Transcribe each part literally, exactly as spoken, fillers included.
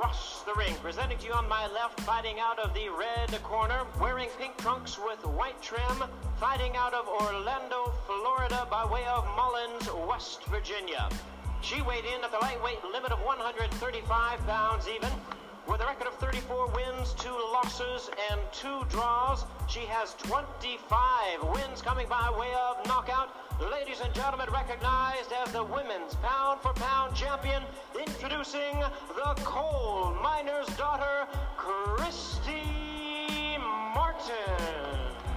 across the ring. Presenting to you on my left, fighting out of the red corner, wearing pink trunks with white trim, fighting out of Orlando, Florida, by way of Mullins, West Virginia. She weighed in at the lightweight limit of one hundred thirty-five pounds even. With a record of thirty-four wins, two losses, and two draws, she has twenty-five wins coming by way of knockout. Ladies and gentlemen, recognized as the women's pound-for-pound champion, introducing the coal miner's daughter, Christy Martin.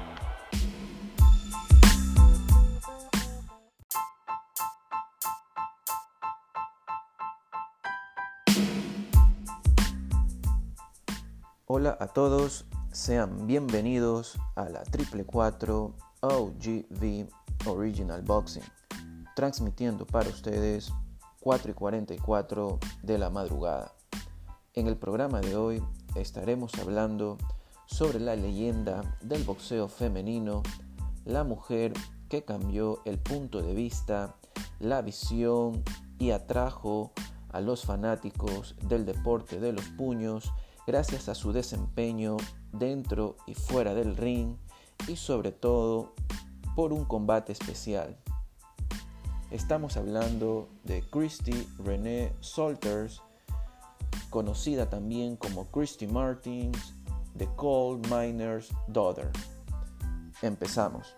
Hola a todos, sean bienvenidos a la Triple Cuatro O G V Original Boxing, transmitiendo para ustedes cuatro y cuarenta y cuatro de la madrugada. En el programa de hoy estaremos hablando sobre la leyenda del boxeo femenino, la mujer que cambió el punto de vista, la visión y atrajo a los fanáticos del deporte de los puños gracias a su desempeño dentro y fuera del ring y sobre todo por un combate especial. Estamos hablando de Christy Renee Salters, conocida también como Christy Martin, The Coal Miner's Daughter. Empezamos.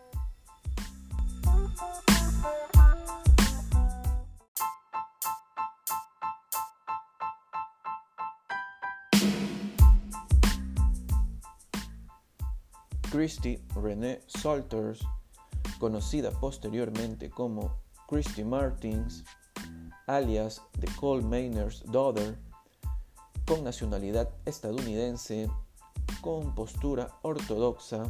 Christy Renee Salters, conocida posteriormente como Christy Martins, alias The Coal Miner's Daughter, con nacionalidad estadounidense, con postura ortodoxa,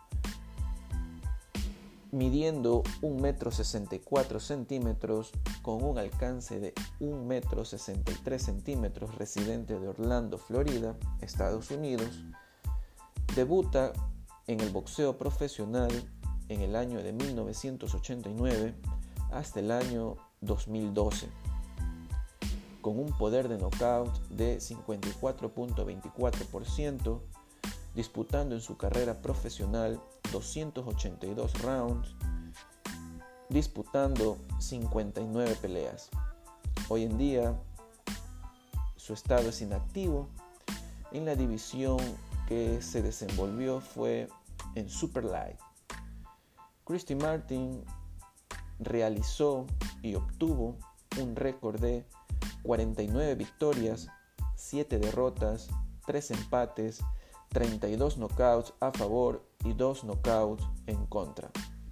midiendo un metro sesenta y cuatro centímetros, con un alcance de un metro sesenta y tres centímetros, residente de Orlando, Florida, Estados Unidos, debuta en el boxeo profesional en el año de mil novecientos ochenta y nueve hasta el año dos mil doce, con un poder de knockout de cincuenta y cuatro punto veinticuatro por ciento, disputando en su carrera profesional doscientos ochenta y dos rounds, disputando cincuenta y nueve peleas. Hoy en día su estado es inactivo. En la división que se desenvolvió fue en Super Light. Christy Martin realizó y obtuvo un récord de cuarenta y nueve victorias, siete derrotas, tres empates, treinta y dos knockouts a favor y dos knockouts en contra.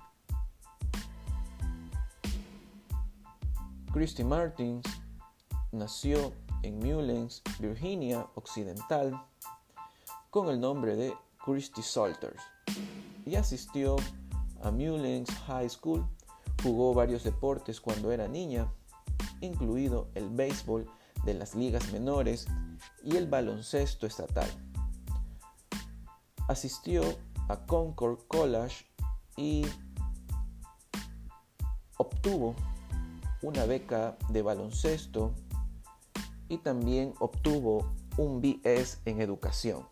Christy Martin nació en Mullins, Virginia Occidental, con el nombre de Christy Salters, y asistió a Mullins High School. Jugó varios deportes cuando era niña, incluido el béisbol de las ligas menores y el baloncesto estatal. Asistió a Concord College y obtuvo una beca de baloncesto y también obtuvo un B S en educación.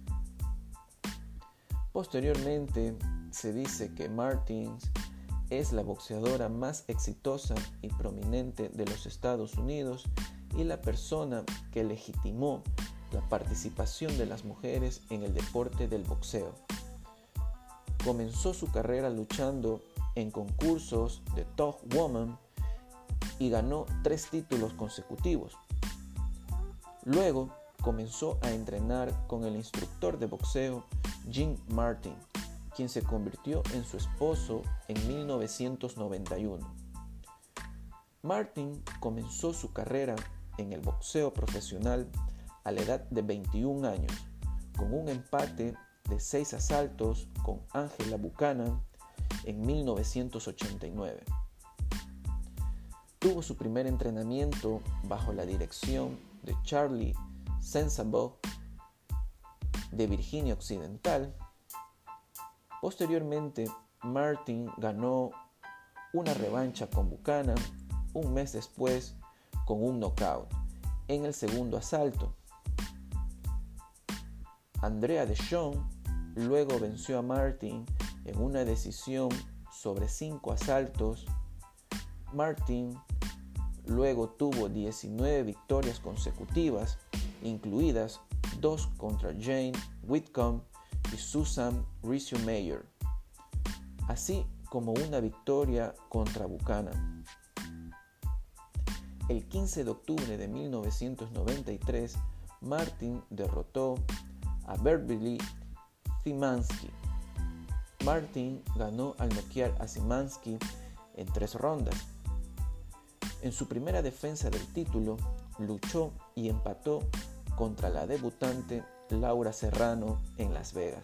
Posteriormente, se dice que Martins es la boxeadora más exitosa y prominente de los Estados Unidos y la persona que legitimó la participación de las mujeres en el deporte del boxeo. Comenzó su carrera luchando en concursos de Top Woman y ganó tres títulos consecutivos. Luego comenzó a entrenar con el instructor de boxeo Jim Martin, quien se convirtió en su esposo en mil novecientos noventa y uno. Martin comenzó su carrera en el boxeo profesional a la edad de veintiún años, con un empate de seis asaltos con Angela Buchanan en mil novecientos ochenta y nueve. Tuvo su primer entrenamiento bajo la dirección de Charlie Sensabaugh de Virginia Occidental. Posteriormente, Martin ganó una revancha con Buchanan un mes después con un knockout en el segundo asalto. Andrea Deschamps luego venció a Martin en una decisión sobre cinco asaltos. Martin luego tuvo diecinueve victorias consecutivas, incluidas dos contra Jane Whitcomb y Susan Risu-Meyer, así como una victoria contra Buchanan. El quince de octubre de mil novecientos noventa y tres, Martin derrotó a Beverly Szymanski. Martin ganó al noquear a Szymanski en tres rondas. En su primera defensa del título, luchó y empató contra la debutante Laura Serrano en Las Vegas.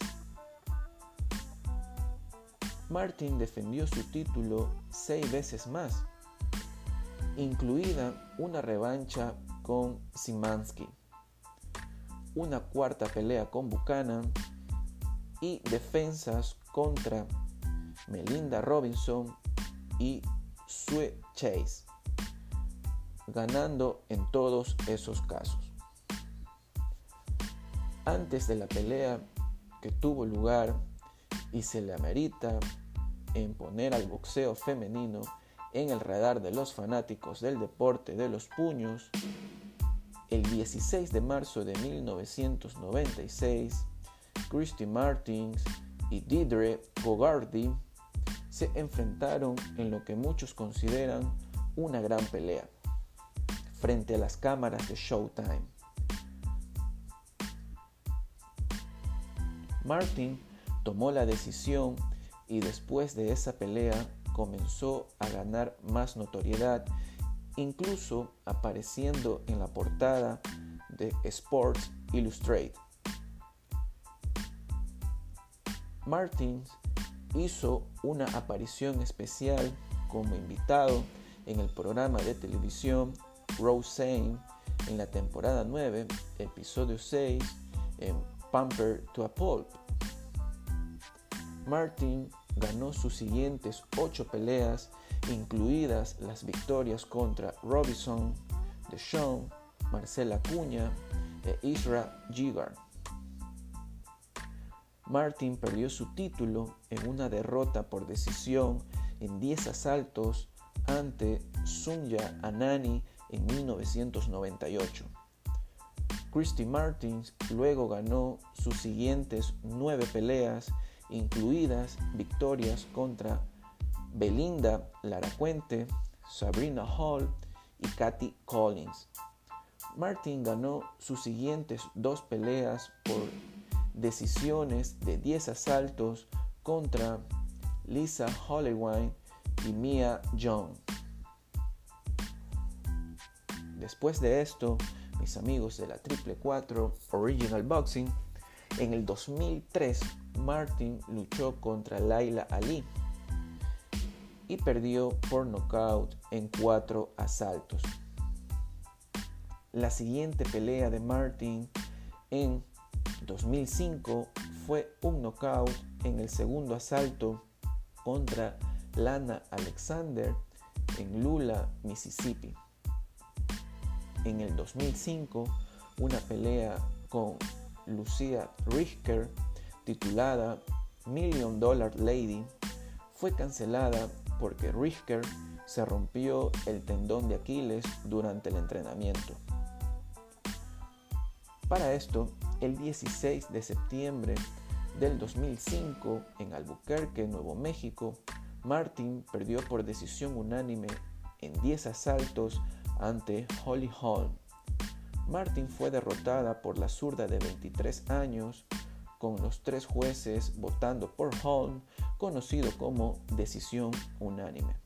Martin defendió su título seis veces más, incluida una revancha con Szymanski, una cuarta pelea con Buchanan y defensas contra Melinda Robinson y Sue Chase, ganando en todos esos casos. Antes de la pelea que tuvo lugar y se le amerita en poner al boxeo femenino en el radar de los fanáticos del deporte de los puños, el dieciséis de marzo de mil novecientos noventa y seis, Christy Martins y Deidre Gogarty se enfrentaron en lo que muchos consideran una gran pelea frente a las cámaras de Showtime. Martin tomó la decisión y después de esa pelea comenzó a ganar más notoriedad, incluso apareciendo en la portada de Sports Illustrated. Martin hizo una aparición especial como invitado en el programa de televisión Roseanne en la temporada nueve, episodio seis, en Pampered to a Pulp. Martin ganó sus siguientes ocho peleas, incluidas las victorias contra Robinson, Deschamps, Marcela Acuña e Isra Gigar. Martin perdió su título en una derrota por decisión en diez asaltos ante Sunya Anani en mil novecientos noventa y ocho. Christy Martins luego ganó sus siguientes nueve peleas, incluidas victorias contra Belinda Laracuente, Sabrina Hall y Katie Collins. Martin ganó sus siguientes dos peleas por decisiones de diez asaltos contra Lisa Holloway y Mia Young. Después de esto, mis amigos de la Triple cuatro Original Boxing, en el dos mil tres Martin luchó contra Laila Ali y perdió por nocaut en cuatro asaltos. La siguiente pelea de Martin en dos mil cinco fue un nocaut en el segundo asalto contra Lana Alexander en Lula, Mississippi. En el dos mil cinco, una pelea con Lucia Richter titulada Million Dollar Lady fue cancelada porque Richter se rompió el tendón de Aquiles durante el entrenamiento. Para esto, el dieciséis de septiembre del dos mil cinco, en Albuquerque, Nuevo México, Martin perdió por decisión unánime en diez asaltos ante Holly Holm. Martin fue derrotada por la zurda de veintitrés años, con los tres jueces votando por Holm, conocido como decisión unánime.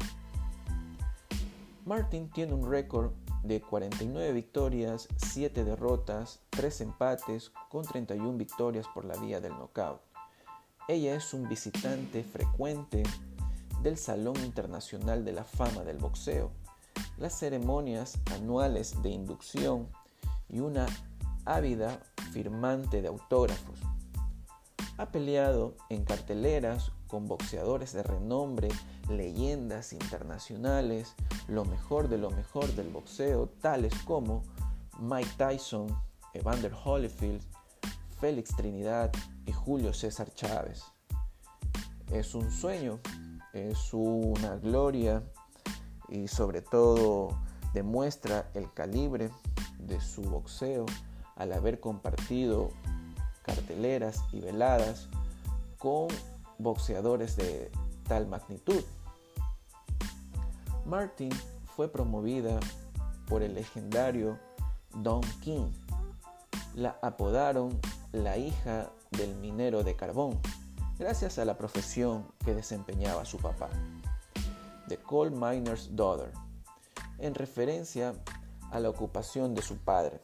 Martin tiene un récord de cuarenta y nueve victorias, siete derrotas, tres empates, con treinta y una victorias por la vía del nocaut. Ella es un visitante frecuente del Salón Internacional de la Fama del Boxeo, las ceremonias anuales de inducción y una ávida firmante de autógrafos. Ha peleado en carteleras con boxeadores de renombre, leyendas internacionales, lo mejor de lo mejor del boxeo, tales como Mike Tyson, Evander Holyfield, Félix Trinidad y Julio César Chávez. Es un sueño, es una gloria y sobre todo demuestra el calibre de su boxeo al haber compartido carteleras y veladas con boxeadores de tal magnitud. Martin fue promovida por el legendario Don King. La apodaron la hija del minero de carbón, gracias a la profesión que desempeñaba su papá, The Coal Miner's Daughter, en referencia a la ocupación de su padre.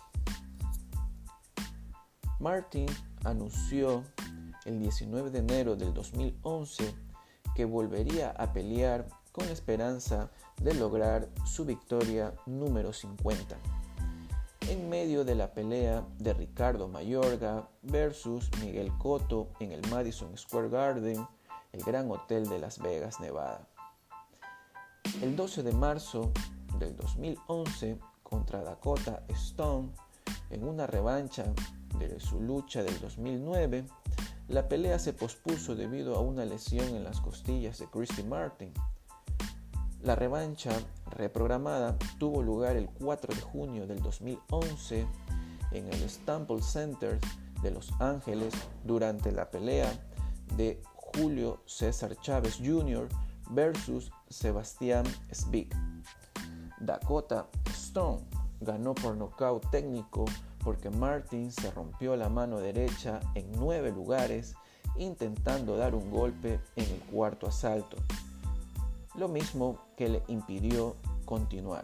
Martin anunció el diecinueve de enero del dos mil once que volvería a pelear con la esperanza de lograr su victoria número cincuenta, en medio de la pelea de Ricardo Mayorga versus Miguel Cotto en el Madison Square Garden, el Gran Hotel de Las Vegas, Nevada. El doce de marzo del dos mil once, contra Dakota Stone, en una revancha de su lucha del dos mil nueve, la pelea se pospuso debido a una lesión en las costillas de Christy Martin. La revancha reprogramada tuvo lugar el cuatro de junio del dos mil once en el Staples Center de Los Ángeles durante la pelea de Julio César Chávez junior versus Sebastián Svik. Dakota Stone ganó por nocaut técnico porque Martin se rompió la mano derecha en nueve lugares intentando dar un golpe en el cuarto asalto, lo mismo que le impidió continuar.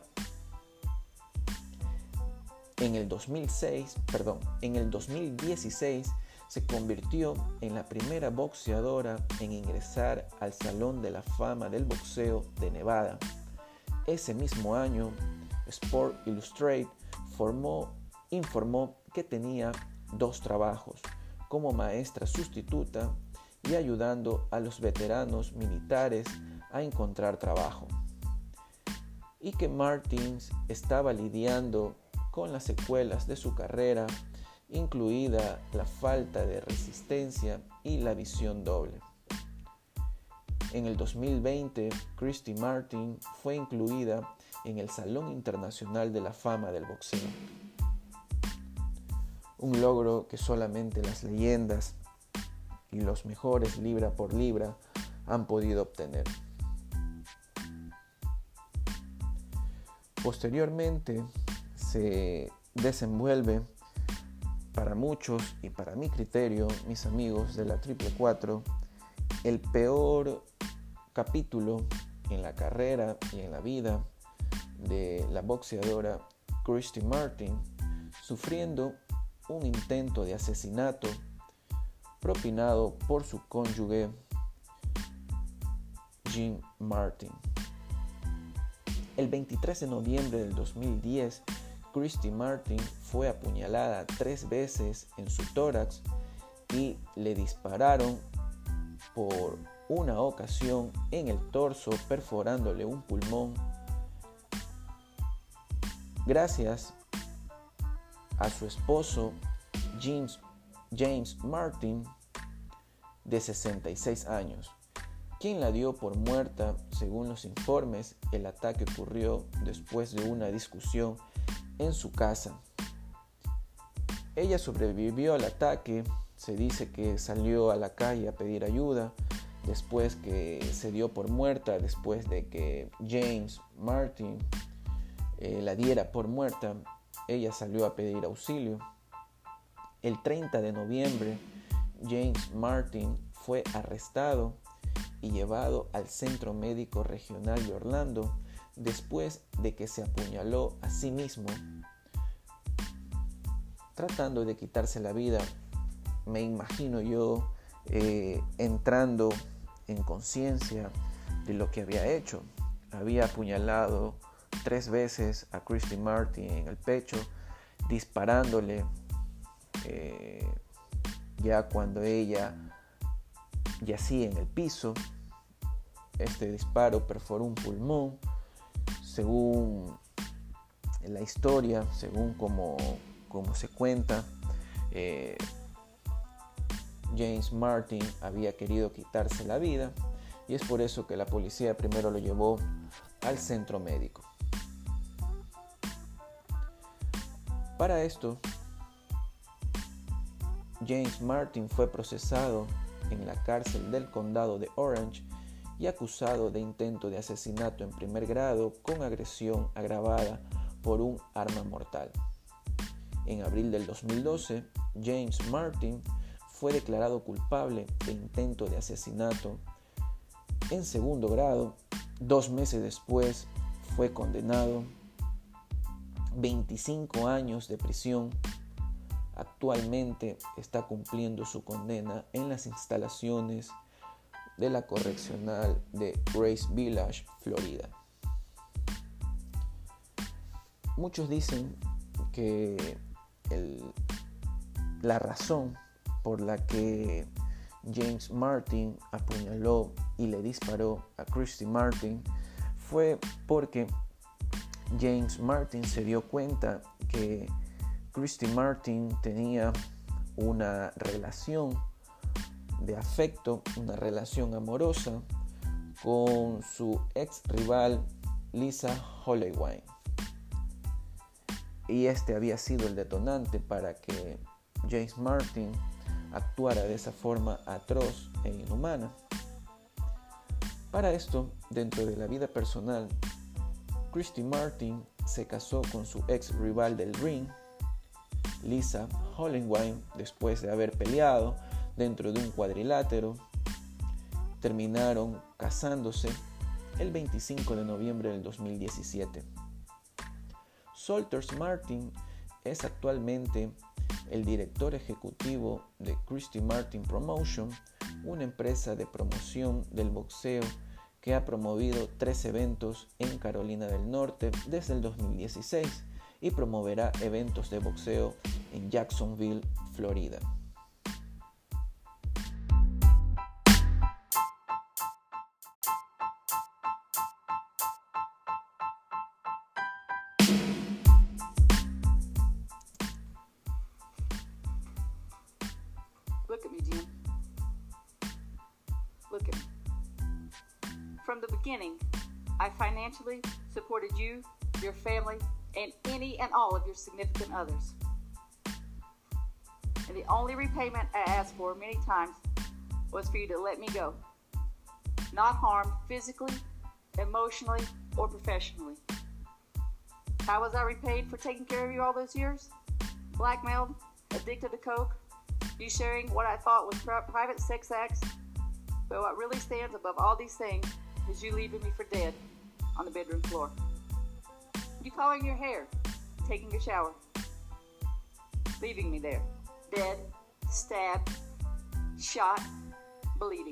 En el dos mil seis, perdón, en el dos mil dieciséis se convirtió en la primera boxeadora en ingresar al Salón de la Fama del Boxeo de Nevada. Ese mismo año, Sport Illustrated formó, informó que tenía dos trabajos, como maestra sustituta y ayudando a los veteranos militares a encontrar trabajo, y que Martin estaba lidiando con las secuelas de su carrera, incluida la falta de resistencia y la visión doble. En el dos mil veinte, Christy Martin fue incluida en el Salón Internacional de la Fama del Boxeo, un logro que solamente las leyendas y los mejores libra por libra han podido obtener. Posteriormente se desenvuelve, para muchos y para mi criterio, mis amigos de la Triple Cuatro, el peor capítulo en la carrera y en la vida de la boxeadora Christy Martin, sufriendo un intento de asesinato propinado por su cónyuge Jim Martin. El veintitrés de noviembre del dos mil diez, Christy Martin fue apuñalada tres veces en su tórax y le dispararon por una ocasión en el torso, perforándole un pulmón. Gracias a su esposo James, James Martin, de sesenta y seis años, quien la dio por muerta. Según los informes, el ataque ocurrió después de una discusión en su casa. Ella sobrevivió al ataque. Se dice que salió a la calle a pedir ayuda después que se dio por muerta, después de que James Martin eh, la diera por muerta. Ella salió a pedir auxilio. El treinta de noviembre, James Martin fue arrestado y llevado al Centro Médico Regional de Orlando después de que se apuñaló a sí mismo, tratando de quitarse la vida. Me imagino yo eh, entrando en conciencia de lo que había hecho. Había apuñalado tres veces a Christy Martin en el pecho, disparándole eh, ya cuando ella yacía en el piso. Este disparo perforó un pulmón. Según la historia, según como, como se cuenta, eh, James Martin había querido quitarse la vida y es por eso que la policía primero lo llevó al centro médico. Para esto, James Martin fue procesado en la cárcel del condado de Orange y acusado de intento de asesinato en primer grado con agresión agravada por un arma mortal. En abril del dos mil doce, James Martin fue declarado culpable de intento de asesinato en segundo grado. Dos meses después fue condenado veinticinco años de prisión. Actualmente está cumpliendo su condena en las instalaciones de la correccional de Grace Village, Florida. Muchos dicen que el, la razón por la que James Martin apuñaló y le disparó a Christy Martin fue porque James Martin se dio cuenta que Christy Martin tenía una relación de afecto, una relación amorosa con su ex rival Lisa Holloway. Y este había sido el detonante para que James Martin actuara de esa forma atroz e inhumana. Para esto, dentro de la vida personal, Christy Martin se casó con su ex rival del ring, Lisa Holloway, después de haber peleado dentro de un cuadrilátero. Terminaron casándose el veinticinco de noviembre del dos mil diecisiete. Salters Martin es actualmente el director ejecutivo de Christy Martin Promotion, una empresa de promoción del boxeo que ha promovido tres eventos en Carolina del Norte desde el dos mil dieciséis y promoverá eventos de boxeo en Jacksonville, Florida. Look at me, Jim. Look at me. From the beginning, I financially supported you, your family, and any and all of your significant others. And the only repayment I asked for many times was for you to let me go. Not harmed physically, emotionally, or professionally. How was I repaid for taking care of you all those years? Blackmailed, addicted to coke, you sharing what I thought was pri- private sex acts, but what really stands above all these things is you leaving me for dead on the bedroom floor. You coloring your hair, taking a shower, leaving me there, dead, stabbed, shot, bleeding.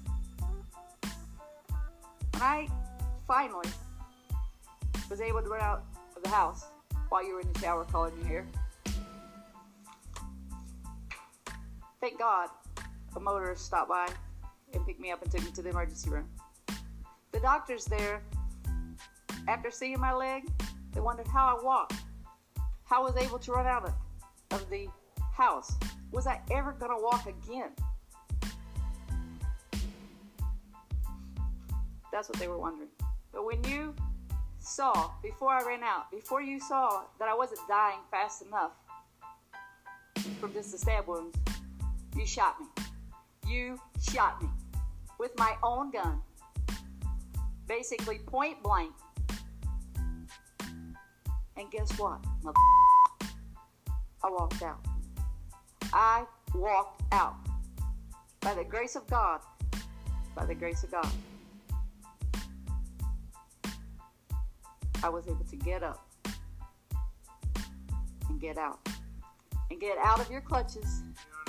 When I finally was able to run out of the house while you were in the shower coloring your hair, thank God a motorist stopped by and picked me up and took me to the emergency room. The doctors there, after seeing my leg, they wondered how I walked, how I was able to run out of, of the house. Was I ever going to walk again? That's what they were wondering. But when you saw, before I ran out, before you saw that I wasn't dying fast enough from just the stab wounds, you shot me. You shot me with my own gun. Basically point blank. And guess what, mother? I walked out. I walked out. By the grace of God. By the grace of God. I was able to get up. And get out. And get out of your clutches.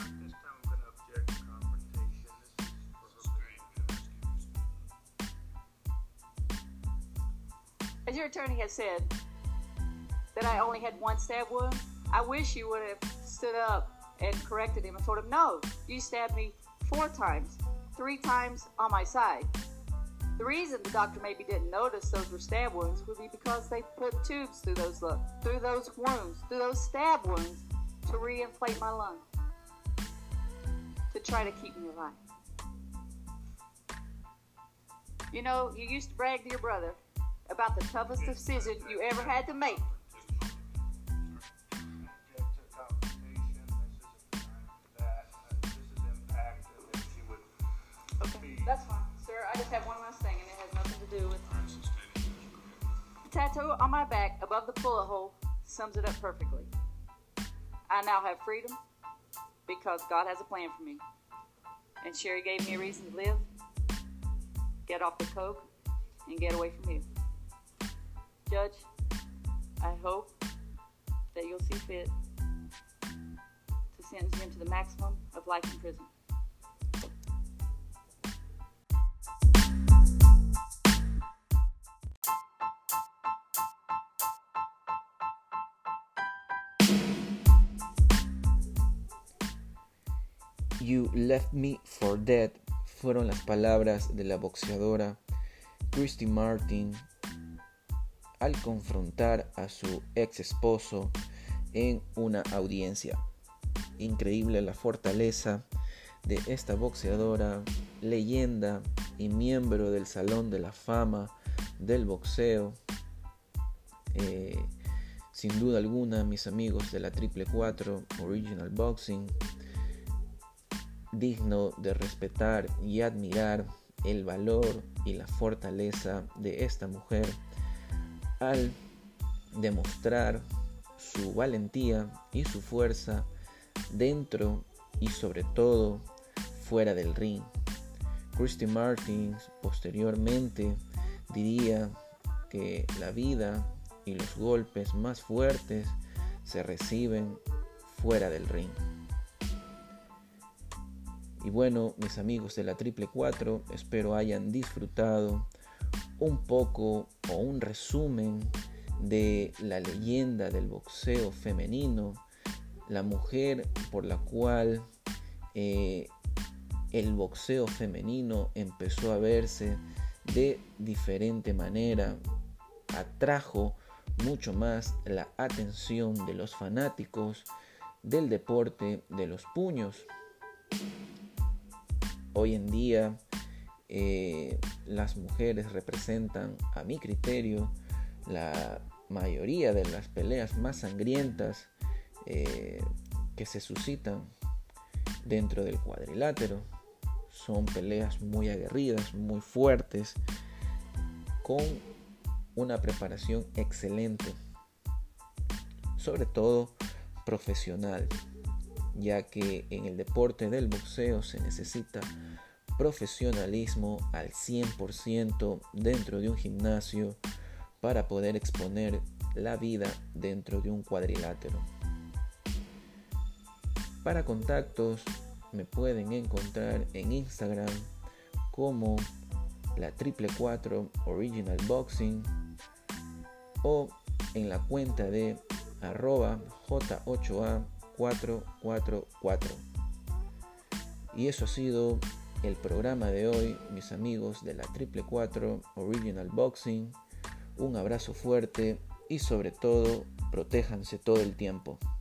As your attorney has said that I only had one stab wound, I wish you would have stood up and corrected him and told him, no, you stabbed me four times, three times on my side. The reason the doctor maybe didn't notice those were stab wounds would be because they put tubes through those through those wounds, through those stab wounds to reinflate my lung, to try to keep me alive. You know, you used to brag to your brother about the toughest decision you ever had to make. Okay, that's fine, sir. I just have one last thing, and it has nothing to do with... The tattoo on my back above the bullet hole sums it up perfectly. I now have freedom because God has a plan for me. And Sherry gave me a reason to live, get off the coke, and get away from you. Judge, I hope that you'll see fit to sentence him to the maximum of life in prison. You left me for dead fueron las palabras de la boxeadora Christy Martin al confrontar a su ex esposo en una audiencia. Increíble la fortaleza de esta boxeadora, leyenda y miembro del Salón de la Fama del boxeo. Eh, sin duda alguna, mis amigos de la Triple Cuatro Original Boxing, digno de respetar y admirar el valor y la fortaleza de esta mujer al demostrar su valentía y su fuerza dentro y sobre todo fuera del ring. Christy Martin posteriormente diría que la vida y los golpes más fuertes se reciben fuera del ring. Y bueno, mis amigos de la Triple Cuatro, espero hayan disfrutado un poco o un resumen de la leyenda del boxeo femenino, la mujer por la cual eh, el boxeo femenino empezó a verse de diferente manera, atrajo mucho más la atención de los fanáticos del deporte de los puños. Hoy en día eh, las mujeres representan, a mi criterio, la mayoría de las peleas más sangrientas eh, que se suscitan dentro del cuadrilátero. Son peleas muy aguerridas, muy fuertes, con una preparación excelente, sobre todo profesional, ya que en el deporte del boxeo se necesita profesionalismo al cien por ciento dentro de un gimnasio para poder exponer la vida dentro de un cuadrilátero. Para contactos me pueden encontrar en Instagram como la Triple Cuatro Original Boxing o en la cuenta de arroba J ocho A cuatro cuatro cuatro. Y eso ha sido el programa de hoy, mis amigos de la Triple Cuatro Original Boxing. Un abrazo fuerte y sobre todo, protéjanse todo el tiempo.